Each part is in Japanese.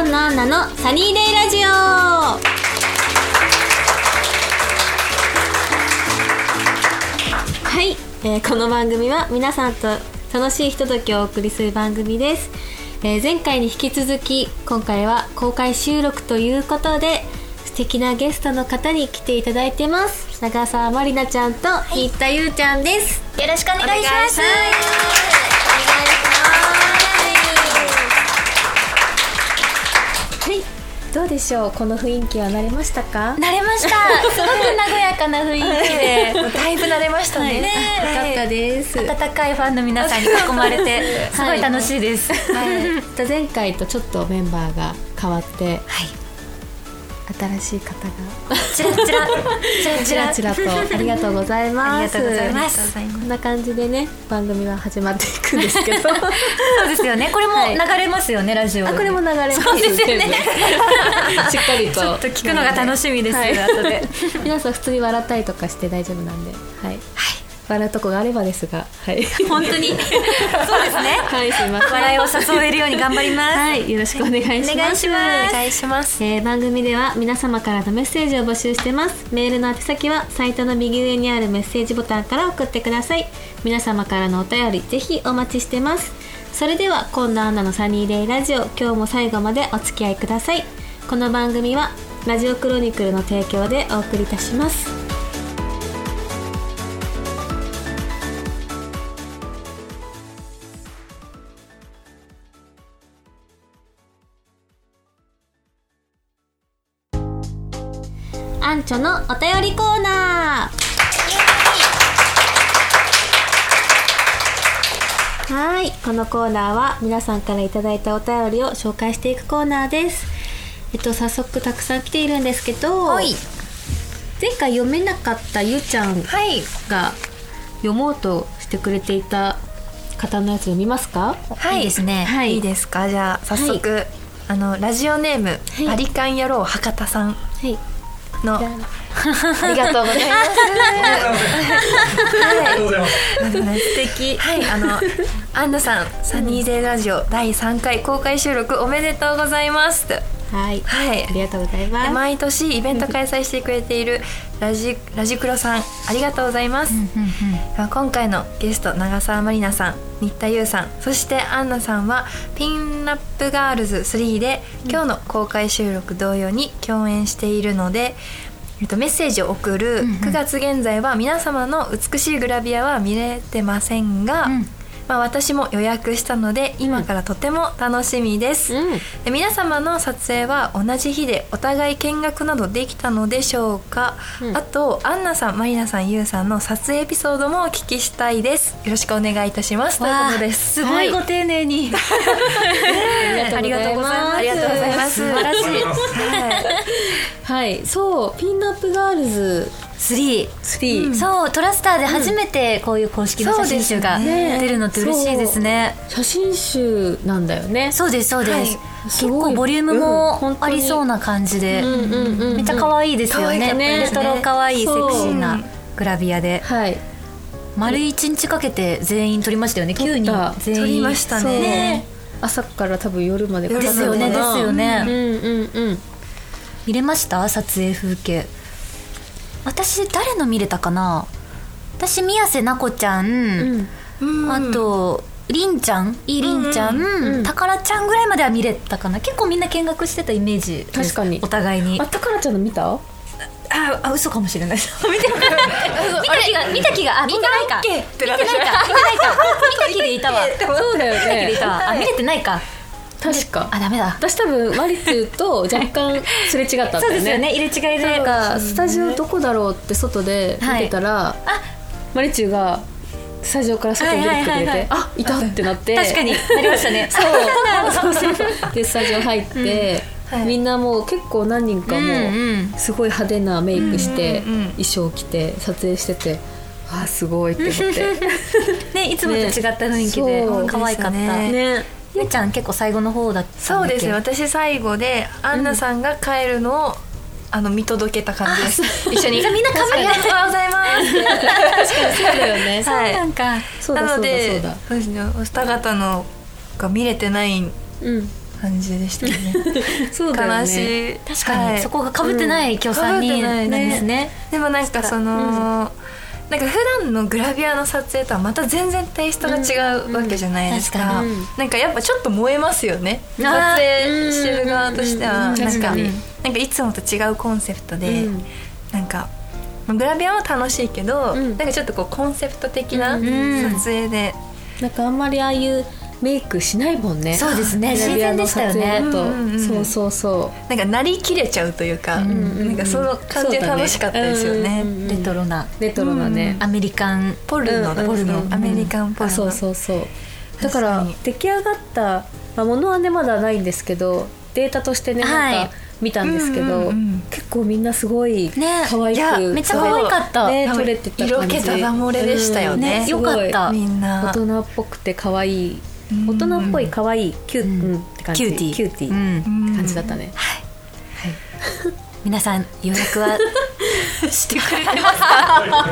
今野アンナのサニーデイラジオ。はい、この番組は皆さんと楽しいひとときをお送りする番組です。前回に引き続き今回は公開収録ということで素敵なゲストの方に来ていただいてます。長澤まりなちゃんと新田優ちゃんです。 よろしくお願いします。 はい、どうでしょう、この雰囲気は慣れましたか？ 慣れました。すごく和やかな雰囲気でだいぶ慣れましたね。 よかったです。 温かいファンの皆さんに囲まれてすごい楽しいです。 前回とちょっとメンバーが変わって、 はい、 新しい方がチラチラとありがとうございます。 ありがとうございます。 こんな感じでね、番組は始まっていくんですけどそうですよね。これも流れますよね、ラジオ。 これも流れます。 そうですよね。 しっかりとちょっと聞くのが楽しみです。後で皆さん普通に笑ったりとかして大丈夫なんで、はい、笑うとこがあればですが、はい、 本当にそうですね。 はい、すみません。 笑いを誘えるように頑張ります。 はい、よろしくお願いします。 お願いします。 お願いします。 番組では皆様からのメッセージを募集してます。メールの宛先はサイトの右上にあるメッセージボタンから送ってください。皆様からのお便りぜひお待ちしてます。それでは今野アンナのサニーデイラジオ、今日も最後までお付き合いください。この番組はラジオクロニクルの提供でお送りいたします。アンチョのお便りコーナー。はい、このコーナーは皆さんからいただいたお便りを紹介していくコーナーです。早速たくさん来ているんですけど、 はい、 前回読めなかったゆうちゃんが読もうとしてくれていた方のやつ読みますか？ はい、いいですね。 いいですか？じゃあ早速、ラジオネーム、バリカン野郎博多さんの、ありがとうございます。 ありがとうございます。 素敵。はい、アンナさん、サニーデイラジオ第3回公開収録おめでとうございます。 はい、 はい、 ありがとうございます。 毎年イベント開催してくれているラジクロさん、ありがとうございます。今回のゲスト長澤まりなさん、新田優さん、そしてアンナさんはピンナップガールズ3で今日の公開収録同様に共演しているので、メッセージを送る9月現在は皆様の美しいグラビアは見れてませんが、私も予約したので今からとても楽しみです。で、皆様の撮影は同じ日でお互い見学などできたのでしょうか？あとアンナさん、マリナさん、ユウさんの撮影エピソードもお聞きしたいです。よろしくお願いいたしますということです。 すごいご丁寧に、 ありがとうございます。ありがとうございます。 素晴らしい。 はい、そう、ピンナップガールズ 3、そう、トラスターで初めてこういう公式の写真集が出るのって嬉しいですね。 写真集なんだよね。 そうですそうです、結構ボリュームもありそうな感じで、めっちゃ可愛いですよね。レトロ可愛いセクシーなグラビアで、丸1日かけて全員撮りましたよね。9人全員撮りましたね。 朝から多分夜までですよね。ですよね。見れました？撮影風景。私誰の見れたかな。私宮瀬なこちゃん、あとりんちゃん、りんちゃん、たからちゃんぐらいまでは見れたかな。結構みんな見学してたイメージ。 確かにお互いに。 たからちゃんの見た？ 嘘かもしれない。見た気が見てないか。見てないか。見た気でいたわ。 そうだよね。 見れてないか。 確か。 ダメだ。 私多分マリチューと若干すれ違ったんだよね。 そうですよね。入れ違いで。 なんかスタジオどこだろうって外で見てたら、マリチューがスタジオから外に出てくれて、いたってなって。 確かになりましたね。そうでスタジオ入って、みんなもう結構何人かもすごい派手なメイクして衣装着て撮影してて、すごいって思ってね、いつもと違った雰囲気で可愛かったね。ゆうちゃん結構最後の方だったんだっけ？ そうですね、私最後でアンナさんが帰るのを見届けた感じです。一緒にみんなカメラありがとうございます。 確かにそうだよね。 そうなんか。 なので、そうですね、お二方のが見れてない感じでしたねそうだよね、 悲しい。 確かに、そこが被ってない協賛になんですね。 でもなんかその、なんか普段のグラビアの撮影とはまた全然テイストが違うわけじゃないですか。なんかやっぱちょっと燃えますよね、撮影してる側としては。なんかいつもと違うコンセプトで、なんかグラビアも楽しいけど、なんかちょっとこうコンセプト的な撮影で、 なんかあんまりああいうメイクしないもんね。 そうですね、自然でしたよね。 そうそうそう、 なんかなりきれちゃうというか、なんかその感じで楽しかったですよね。 レトロなね、 アメリカンポルノだですね、アメリカンポルノ。 そうそうそう。だから出来上がったものはねまだないんですけど、データとしてねなんか見たんですけど、結構みんなすごい可愛く、 めっちゃ可愛かったね、撮れてた感じ、 色気ただ漏れでしたよね。 よかった。 みんな大人っぽくて可愛い、大人っぽい可愛いキューって感じ、キューティーって感じだったね。 皆さん予約はしてくれてますか？わあ、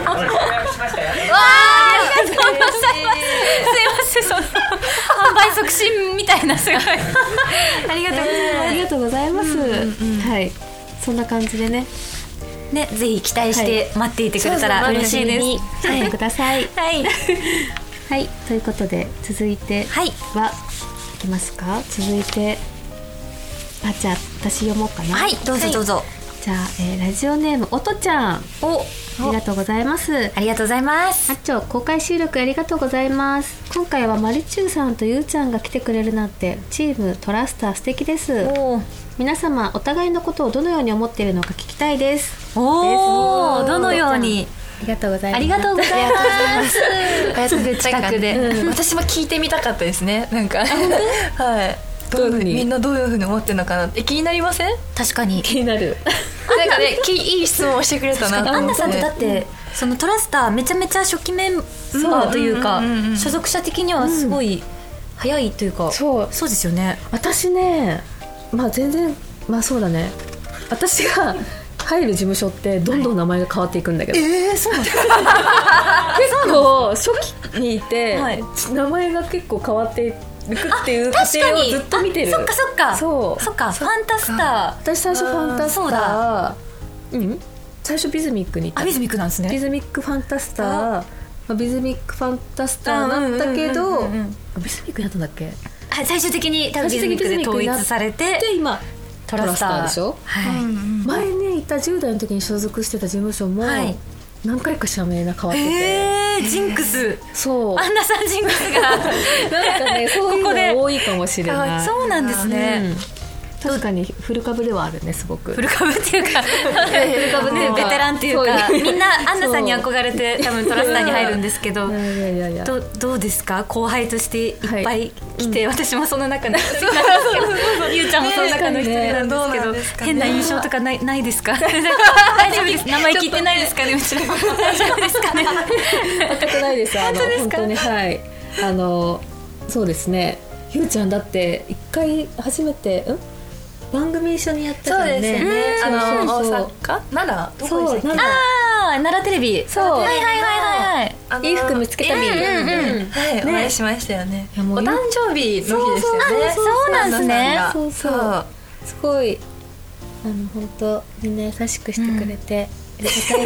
ありがとうございます。すいません、その販売促進みたいな、すごいありがとうございます。 ありがとうございます。はい、そんな感じでね、 ぜひ期待して待っていてくれたら嬉しいです。 はい、ください。 はいはい、ということで続いてはいきますか。続いてじゃあ私読もうかな。 はい、どうぞどうぞ。 じゃあ、ラジオネームおとちゃん、ありがとうございます。 ありがとうございます。 あっちょ公開収録ありがとうございます。今回はマリチューさんとゆうちゃんが来てくれるなんてチームトラスター素敵です。皆様お互いのことをどのように思っているのか聞きたいです。 どのように。 ありがとうございます。 ありがとうございます。 近くで、私も聞いてみたかったですね。なんかはい、みんなどういうふうに思ってるのかなって気になりません？ 確かに気になる。 なんかね、いい質問をしてくれたなと思って。 アンナさんってだってそのトラスターめちゃめちゃ初期メンバーというか、所属者的にはすごい早いというか、そうですよね。 私ね、全然そうだね。私が入る事務所ってどんどん名前が変わっていくんだけど、 そうなんですか。 結構初期にいて、名前が結構変わっていくっていう過程をずっと見てる。 そっかそっか、 そっか、ファンタスター。 私最初ファンタスター、最初ビズミックにいた。 ビズミックなんですね。 ビズミックファンタスター、ビズミックファンタスターなんだけど、ビズミックやったんだっけ。 最終的に多分ビズミックで統一されて、 で今トラスターでしょ。前ねいた10代の時に所属してた事務所も何回か社名が変わってて、 ジンクス。 そう、 アンナさんジンクスがなんかね、そういうの多いかもしれない。 そうなんですね。 確かにフル株ではあるね、すごく。 フル株っていうか、フル株ね、ベテランっていうか、みんなアンナさんに憧れて多分トラスターに入るんですけど、どうですか、後輩としていっぱい来て、私もその中の一人なんですけど、ゆうちゃんもその中の一人なんですけど、変な印象とかないですか？大丈夫です。名前聞いてないですかね、うちら。大丈夫ですかね。 全くないです。本当に、はい、そうですね。ゆうちゃんだって一回初めて番組一緒にやったからね。 そうですね。大阪、奈良、どこでしたっけ？ 奈良テレビ。そう。はい。 いい服見つけたり。はい。 お会いしましたよね。お誕生日の日でしたよね。 そうなんですね。 そう。すごい本当みんな優しくしてくれて。そう、で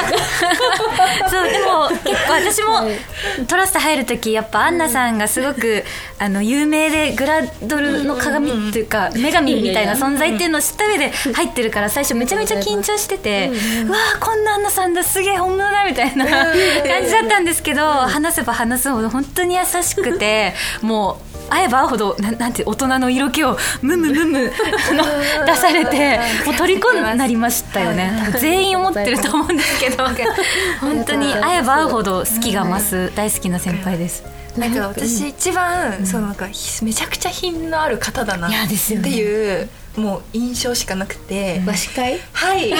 も結構私もトラスタ入る時やっぱアンナさんがすごく有名でグラドルの鏡っていうか女神みたいな存在っていうのを知った上で入ってるから、最初めちゃめちゃ緊張してて、うわーこんなアンナさんだ、すげえ本物だみたいな感じだったんですけど、話せば話すほど本当に優しくて、もう会えば会うほどなんて大人の色気をムム出されて、もう虜になりましたよね。全員思ってると思うんですけど、本当に会えば会うほど好きが増す大好きな先輩です。 なんか私一番そのなんかめちゃくちゃ品のある方だなっていうもう印象しかなくて。 和紙会？ はい。そう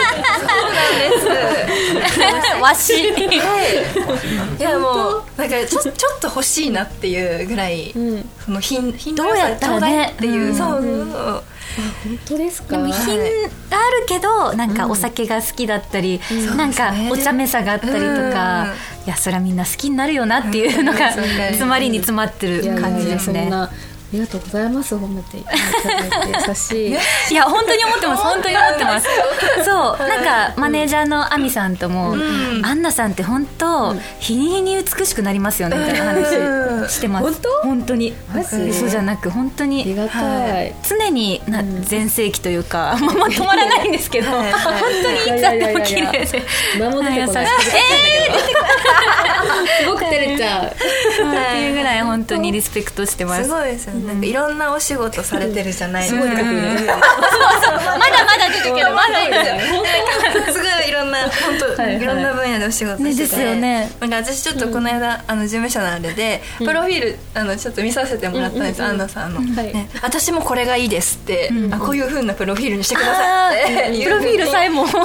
なんです。 和紙。 はい。いやもうなんかちょっと欲しいなっていうぐらい、その品どうやったらねっていう。そう。 本当ですか？ でも品があるけどなんかお酒が好きだったり、なんかお茶目さがあったりとか、いやそれはみんな好きになるよなっていうのが詰まりに詰まってる感じですね。 りがとうございます。褒めていただいて優しい。 いや本当に思ってます。本当に思ってます。そうなんかマネージャーのアミさんとも、アンナさんって本当日に日に美しくなりますよねみたいな話してます。 本当？ 本当に嘘じゃなく本当にありがたい。 常に全盛期というか止まらないんですけど、本当にいつあっても綺麗で何も出てこない。すごく照れちゃうっていうぐらい本当にリスペクトしてます。 すごいですよね。なんかいろんなお仕事されてるじゃないですか。 すごい出てくる。 まだ出てくる。まだすごいいろんな本当いろんな分野でお仕事してて、 ですよね。 なんか私ちょっとこの間事務所のあれでプロフィールちょっと見させてもらったんです。アンナさんの。私もこれがいいですって、こういう風なプロフィールにしてくださいって。 プロフィールさえもで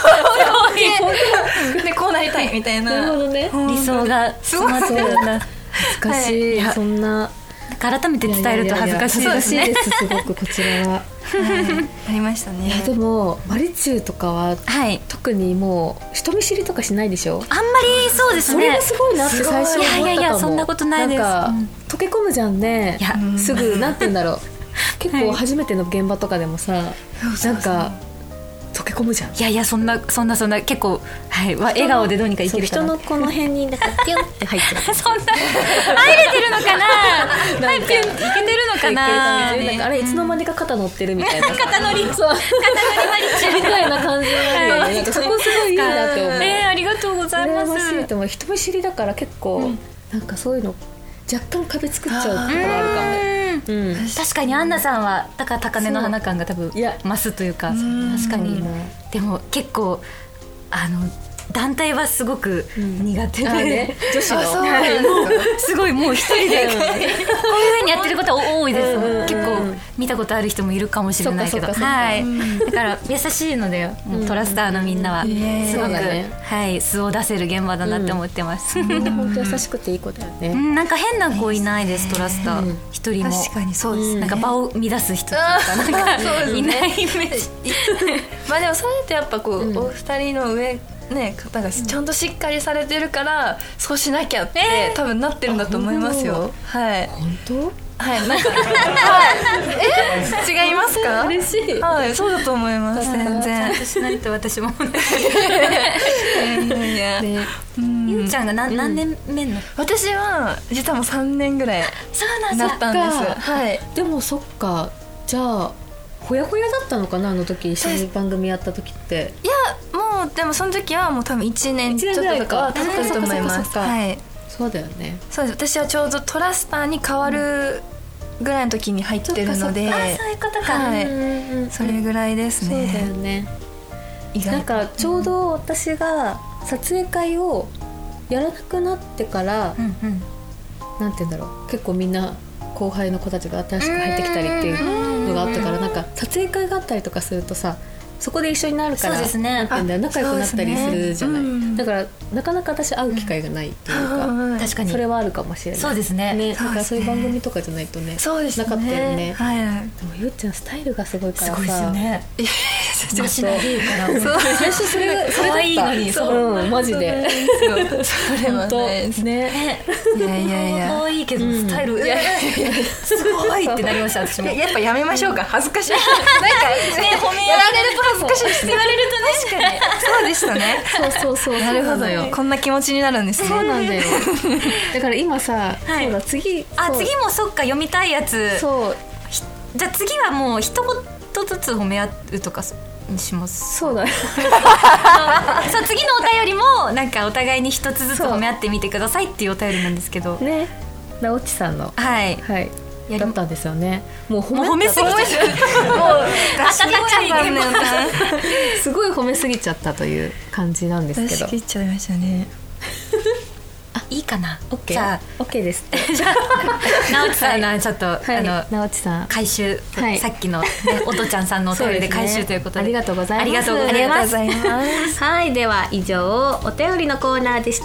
こうなりたいみたいな。 なるほどね。 理想が詰まってるんだ。 難しい。そんな改めて伝えると恥ずかしいですね。 すごくこちらは。 ありましたね。 いやでもマリチューとかは特にもう人見知りとかしないでしょ。 あんまりそうですね。 それがすごいなって最初思ったかも。 いやそんなことないです。 なんか溶け込むじゃんね。すぐなんて言うんだろう。結構初めての現場とかでもさ、なんか溶け込むじゃん。 いやそんな結構笑顔でどうにかいけるかな。 人のこの辺になんかピュンって入ってる。 そんな入れてるのかな。はい、ピュンいけてるのかな。 なんかあれいつの間にか肩乗ってるみたいな。 肩乗りマリチュみたいな感じになるよね。なんかそこすごいいいなって思う。 ありがとうございます。 人見知りだから結構なんかそういうの若干壁作っちゃうところあるかも。 確かにアンナさんはだから高嶺の花感が多分増すというか、確かに。でも結構団体はすごく苦手で、 女子のすごいもう一人でこういう風にやってる方多いです。結構見たことある人もいるかもしれないけど、だから優しいのでトラスターのみんなはすごく素を出せる現場だなって思ってます。 本当優しくていい子だよね。 なんか変な子いないです。トラスター一人も。 確かにそうです。 なんか場を乱す人とかなんかいないイメージ。 まあでもそれってやっぱこうお二人の上方がちゃんとしっかりされてるからそうしなきゃって多分なってるんだと思いますよ。はい。 本当？ はい。なんか違いますか？ 嬉しい。 はい、そうだと思います。全然。 私なりと私も。ゆうちゃんが何年目の？ 私は実はもう3年ぐらいなったんです。はい。 でもそっか。じゃあほやほやだったのかな、あの時一緒に番組やった時って。 いやもうでもその時はもう多分1年ちょっととか経ってると思います。はい。 そうだよね。 そうです。私はちょうどトラスターに変わるぐらいの時に入ってるので、 そういうことか。 はい。それぐらいですね。 そうだよね。なんかちょうど私が撮影会をやらなくなってから、なんて言うんだろう、結構みんな後輩の子たちが新しく入ってきたりっていうのがあったから、なんか撮影会があったりとかするとさ、そこで一緒になるから、 そうですね、 なんだよ、仲良くなったりするじゃない、だからなかなか私会う機会がないっていうか、 確かにそれはあるかもしれない。 そうですね。 だからそういう番組とかじゃないとね、 そうですね、 なかったよね。 はい。 でもゆうちゃんスタイルがすごいからさ、 すごいですよね。マシナリーから最初それ可愛いのに、 そうマジでそれはね。 ね。 いや可愛いけどスタイルすごいってなりました。私もやっぱやめましょうか。恥ずかしい。なんか褒めやられると恥ずかしいです。言われると確かにそうでしたね。 そうなるほどよ。こんな気持ちになるんですね。 そうなんだよ。だから今さ、そうだ、次もそっか、読みたいやつ。 そう。 じゃあ次はもう一言ずつ褒め合うとかにします。 そうだ。 そう、次のお便りもなんかお互いに一つずつ褒め合ってみてくださいっていうお便りなんですけどね。 なおちさんのはいだったんですよね。もう褒めすぎちゃった。 すごい褒めすぎちゃったという感じなんですけど。 出し切っちゃいましたね。 いいかな。 オッケー。 じゃあ、オッケーですって。 じゃあ直樹さん、ちょっと直樹さん回収、さっきのおとちゃんさんのお便りで回収ということで、 ありがとうございます。 ありがとうございます。 はい、では以上お便りのコーナーでした。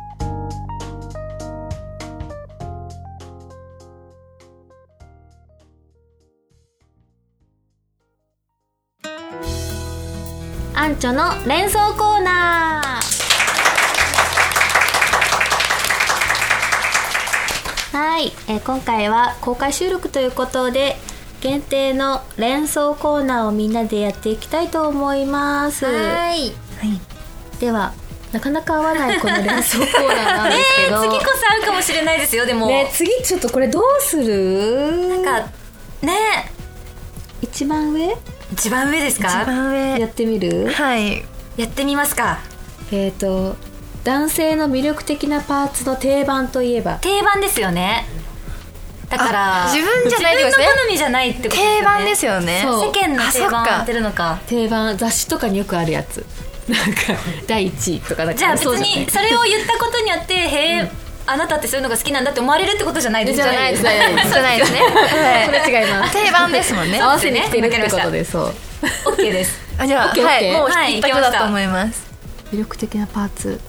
アンチョの連想コーナー。ははい、今回は公開収録ということで限定の連想コーナーをみんなでやっていきたいと思います。 はい、 ではなかなか合わないこの連想コーナーなんですけど次こそ合うかもしれないですよ。でもね、次ちょっとこれどうする？ なんかね、 一番上ですか？ 一番上やってみる？ はい、 やってみますか。 男性の魅力的なパーツの定番といえば？ 定番ですよね。だから自分じゃないですね。 自分の好みじゃないってことですよね。 定番ですよね。 そう世間の定番を当てるのか。 定番、雑誌とかによくあるやつなんか第1位とかなんか。 じゃあ別にそれを言ったことによってへえ、あなたってそういうのが好きなんだって思われるってことじゃないですじゃないですじゃないですね。 それ違います。 定番ですもんね。 合わせに来てるってことで、そう OK ですあ、じゃあ、 OK はい、もうはい一択だと思います。 魅力的なパーツ。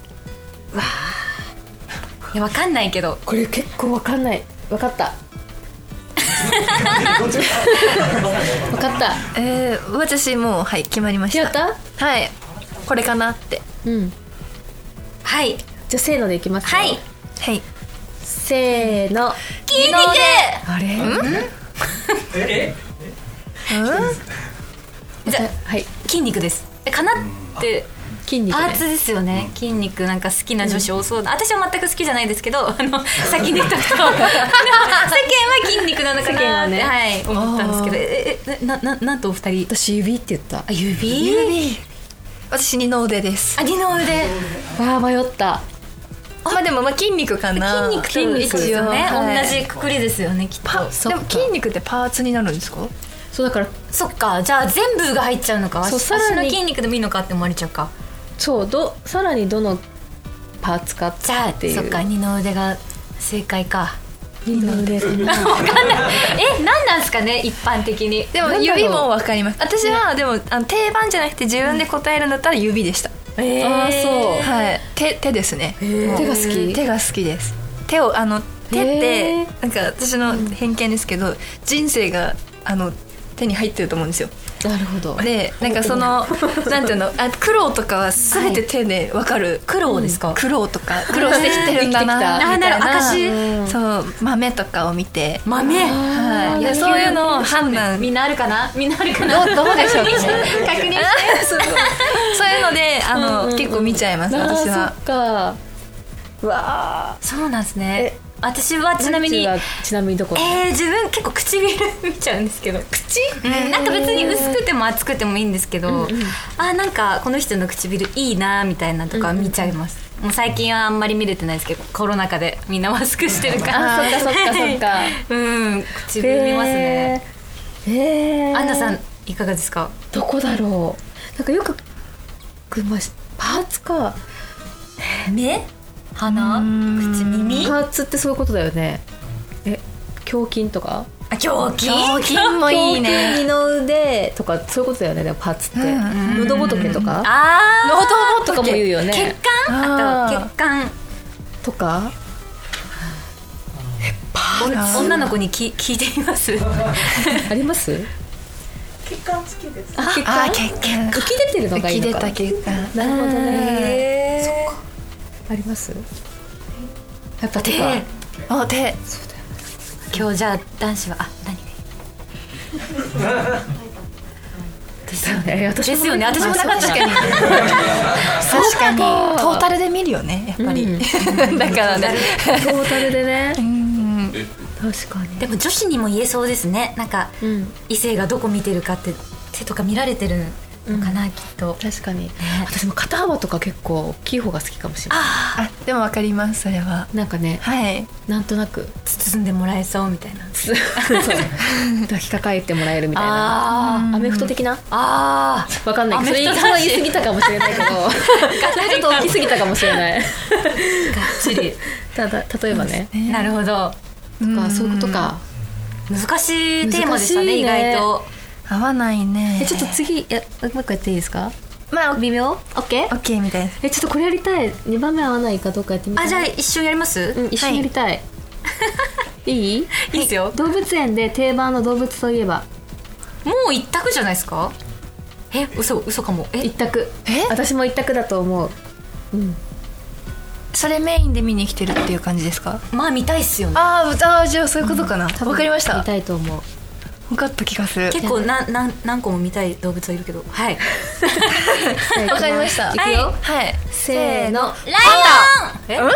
いや、わかんないけど、 これ結構わかんない。わかったわかった。 私もう、はい、決まりました。 やった？ はい、これかなって。 はい、 じゃあせーのでいきますよ。 はい、 せーの。 筋肉。 あれ？ じゃあはい、 筋肉ですかなって筋肉ね。 パーツですよね。筋肉なんか好きな女子多そうだ。私は全く好きじゃないですけど、先に言っとくと世間は筋肉なのかなって、はい、思ったんですけど、なんとお二人。 私指って言った。 あ、指。 私二の腕です。 あ、二の腕。 わあ、迷った。 まあでも筋肉かな。 筋肉ですよね、 はい、 同じくくりですよね、きっと。 でも筋肉ってパーツになるんですか？ そうだから、 そっか、じゃあ全部が入っちゃうのか。 そう、 足の筋肉でもいいのかって思われちゃうか。 そう、さらにどのパーツかっていう。 じゃあそっか、二の腕が正解か。 二の腕かな。 分かんない。何なんですかね、一般的に。 でも指も分かります。私はでも定番じゃなくて自分で答えるんだったら指でした。 ああ、そう。 はい、手ですね。 手が好き？ 手が好きです。手ってなんか私の偏見ですけど、人生が手に入ってると思うんですよ。 なるほど。 で、なんかそのなんていうの、苦労とかは全て手で分かる。 苦労ですか？ 苦労とか苦労してきてるんだなみたいな。そう、豆とかを見て。 豆。 はい。そういうのを判断。 みんなあるかな？みんなあるかな？どうでしょうか。 確認して。 そういうので結構見ちゃいます、私は。 そっか。わあ。 そうなんですね。私はちなみにどこ？ 自分結構唇見ちゃうんですけど。口？なんか別に薄くても厚くてもいいんですけど、なんかこの人の唇いいなみたいなとか見ちゃいます。もう最近はあんまり見れてないですけど、コロナ禍でみんなマスクしてるから。 そっか。 唇見ますね。アンナさんいかがですか？ どこだろう。なんかよくパーツか。 目？鼻？口？耳？ パーツってそういうことだよね。胸筋とか？ 胸筋もいいね。 二の腕とかそういうことだよね。でもパーツって喉仏とか？ 喉とかも言うよね。 血管？あと血管とか？ 女の子に聞いてみます？ あります？ 血管付きです。 血管？浮き出てるのがいいのか。 浮き出た血管。 なるほどね。そっか。あります？やっぱ手か。 手。 今日じゃあ男子は何がですよね。私もなかった。確かにトータルで見るよね、やっぱり。だからね、 トータルでね。確かに。 でも女子にも言えそうですね。なんか異性がどこ見てるかって手とか見られてるのかな、きっと。 確かに。私も肩幅とか結構大きい方が好きかもしれない。 でも分かります、それは。 なんかね、なんとなく包んでもらえそうみたいな。 抱きかかえてもらえるみたいな。アメフト的な？わかんない。それ言い過ぎたかもしれないけど、ちょっと大きすぎたかもしれない。がっちり。 例えばね。 なるほど。 とかそういうことか。 難しいテーマでしたね、意外と。 合わないね。 ちょっと次もう一個やっていいですか？ まあ微妙？ OK みたいです。 ちょっとこれやりたい。2番目合わないかどうかやってみたい。 じゃあ一緒やります？ 一緒にやりたい。いい？ いいですよ。 動物園で定番の動物といえば？ もう一択じゃないですか？嘘かも。 一択。私も一択だと思う。 それメインで見に来てるっていう感じですか？ まあ見たいっすよね。 じゃあそういうことかな。わかりました。 見たいと思う。 分かった気がする。 結構何個も見たい動物はいるけど、はい。 わかりました。 いくよ。 はい。 せーの。 ライオン。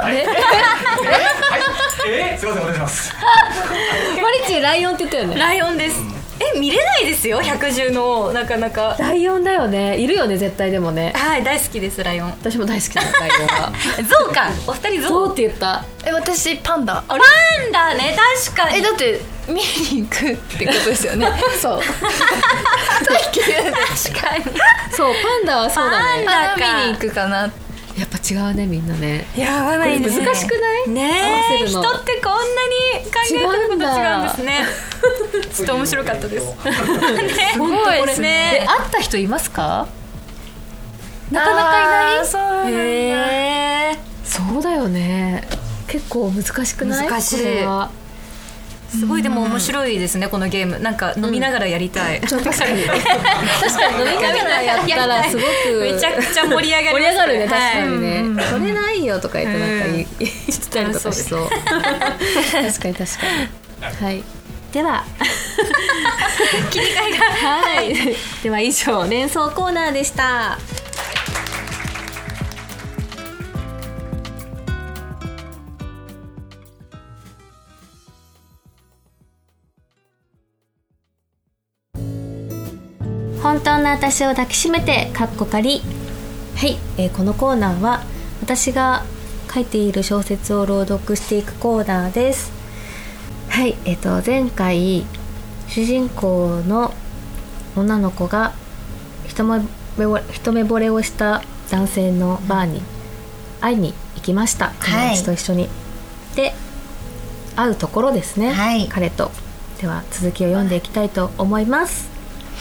すいません、お願いします。 マリッチライオンって言ったよね。 ライオンです。見れないですよ、百獣のなかなか。 ライオンだよね。いるよね、絶対。でもね。 はい、大好きですライオン。 私も大好きだライオンは。 ゾウか。お二人ゾウ。 ゾウって言った。 私パンダ。 パンダね、確かに。 だって見に行くってことですよね。 そう。 確かに。 そう、パンダはそうだね。 パンダ見に行くかな。 やっぱ違うね、みんなね。 やばないですね。 難しくないねえ、人ってこんなに考えてること違うんですね。ちょっと面白かったです。 すごいですね。 会った人いますか？なかなかいない。そうだよね。結構難しくない？ 難しい。すごいでも面白いですね、このゲーム。なんか飲みながらやりたい。 確かに飲みながらやったらすごくめちゃくちゃ盛り上がる。 盛り上がるね、確かにね。それないよとか言ってなんか言ったりとかしそう。確かに確かに。はい。では切り替えが。 はい。では以上連想コーナーでした。本当の私を抱きしめてかっこかり。はい、このコーナーは私が書いている小説を朗読していくコーナーです。はい、前回主人公の女の子が一目惚れをした男性のバーに会いに行きました。友達と一緒に。で、会うところですね、彼と。では続きを読んでいきたいと思います。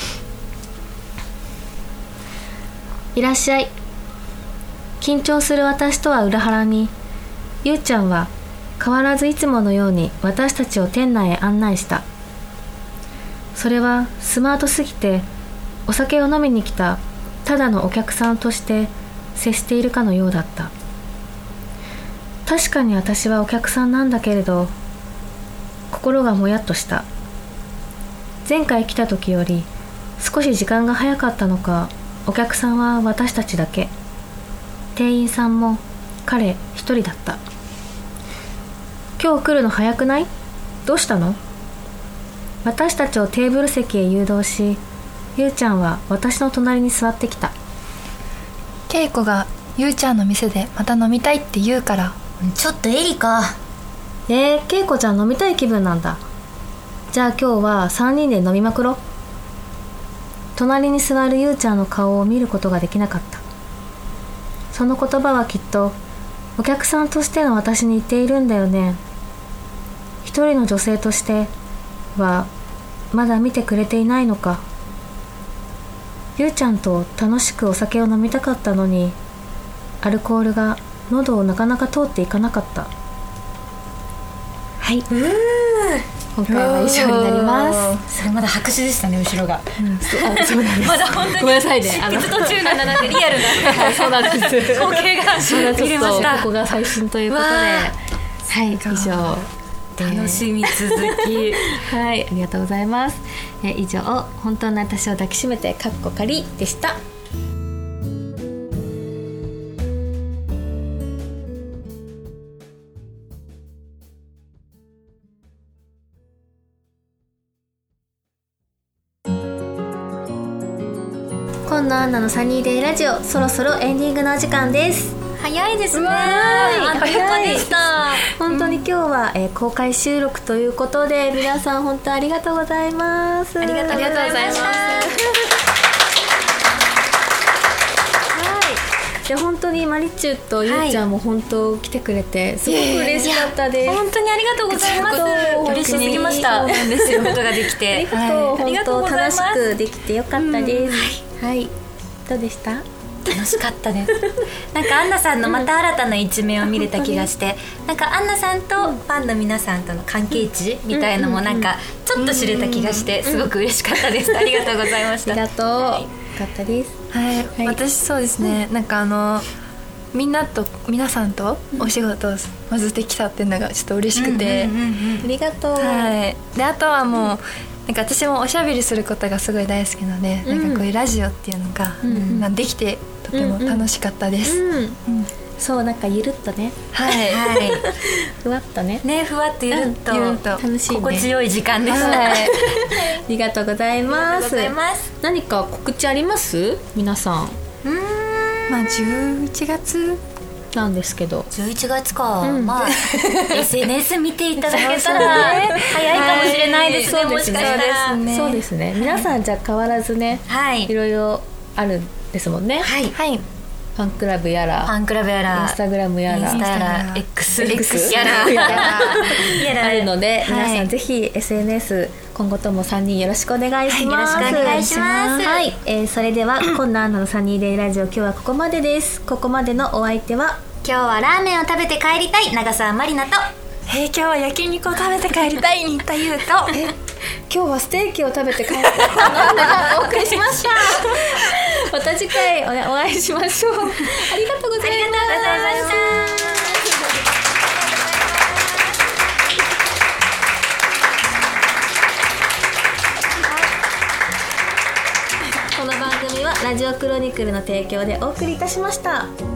いらっしゃい。緊張する私とは裏腹に、ゆうちゃんは変わらずいつものように私たちを店内へ案内した。それはスマートすぎて、お酒を飲みに来たただのお客さんとして接しているかのようだった。確かに私はお客さんなんだけれど、心がもやっとした。前回来た時より少し時間が早かったのか、お客さんは私たちだけ。店員さんも彼一人だった。今日来るの早くない？どうしたの？私たちをテーブル席へ誘導し、ゆうちゃんは私の隣に座ってきた。 けいこがゆうちゃんの店でまた飲みたいって言うから。 ちょっとエリカ。 けいこちゃん飲みたい気分なんだ。じゃあ今日は3人で飲みまくろ。隣に座るゆうちゃんの顔を見ることができなかった。その言葉はきっとお客さんとしての私に言っているんだよね。一人の女性としてはまだ見てくれていないのか。ゆうちゃんと楽しくお酒を飲みたかったのに、アルコールが喉をなかなか通っていかなかった。はい、今回は以上になります。 それまだ拍手でしたね、後ろが。 そうなんです。 まだ本当にごめんなさいね。 途中なんだなってリアルなそうなんです。 光景が見れました。 ここが最新ということで、はい、以上。 楽しみ続き。 はい、ありがとうございます。以上、本当の私を抱きしめてかっこかりでした。今野アンナのサニーデイラジオ、そろそろエンディングのお時間です。 早いですね。あっという間でした。 本当に今日は、公開収録ということで、皆さん本当ありがとうございます。 ありがとうございました。 で本当にマリッチュとゆうちゃんも本当来てくれてすごく嬉しかったです。 本当にありがとうございます。嬉しすぎました。そうなんですよ。ことができて。 ありがとう。本当楽しくできてよかったです。はい。どうでした？ 楽しかったです。なんかアンナさんのまた新たな一面を見れた気がして、なんかアンナさんとファンの皆さんとの関係値みたいのもなんかちょっと知れた気がしてすごく嬉しかったです。ありがとうございました。 ありがとう。よかったです。 はい、私そうですね、なんかみんなと皆さんとお仕事をまずできたっていうのがちょっと嬉しくて、 ありがとう。 はい、であとはもうなんか私もおしゃべりすることがすごい大好きなので、なんかこういうラジオっていうのが、まあできてとても楽しかったです。 そうなんかゆるっとね、 はいふわっとね、 ふわっとゆるっと、 楽しいね、 心地よい時間でした。 ありがとうございます。 ありがとうございます。 何か告知あります皆さん？ まあ11月なんですけど、 11月か、まあSNS 見ていただけたら早いかもしれないですね。もしかしたらそうですね。皆さんじゃ変わらずね、いろいろあるんですもんね。 はい。 ファンクラブやら、 インスタグラムやら、X やらあるので、皆さんぜひ SNS 今後とも3人よろしくお願いします。 よろしくお願いします。 はい、それでは今度アンナのサニーデイラジオ、今日はここまでです。ここまでのお相手は、 今日はラーメンを食べて帰りたい長澤まりなと、 今日は焼肉を食べて帰りたい新田優と、 今日はステーキを食べて帰りたいアンナがお送りしました。また次回お会いしましょう。ありがとうございます。この番組はラジオクロニクルの提供でお送りいたしました。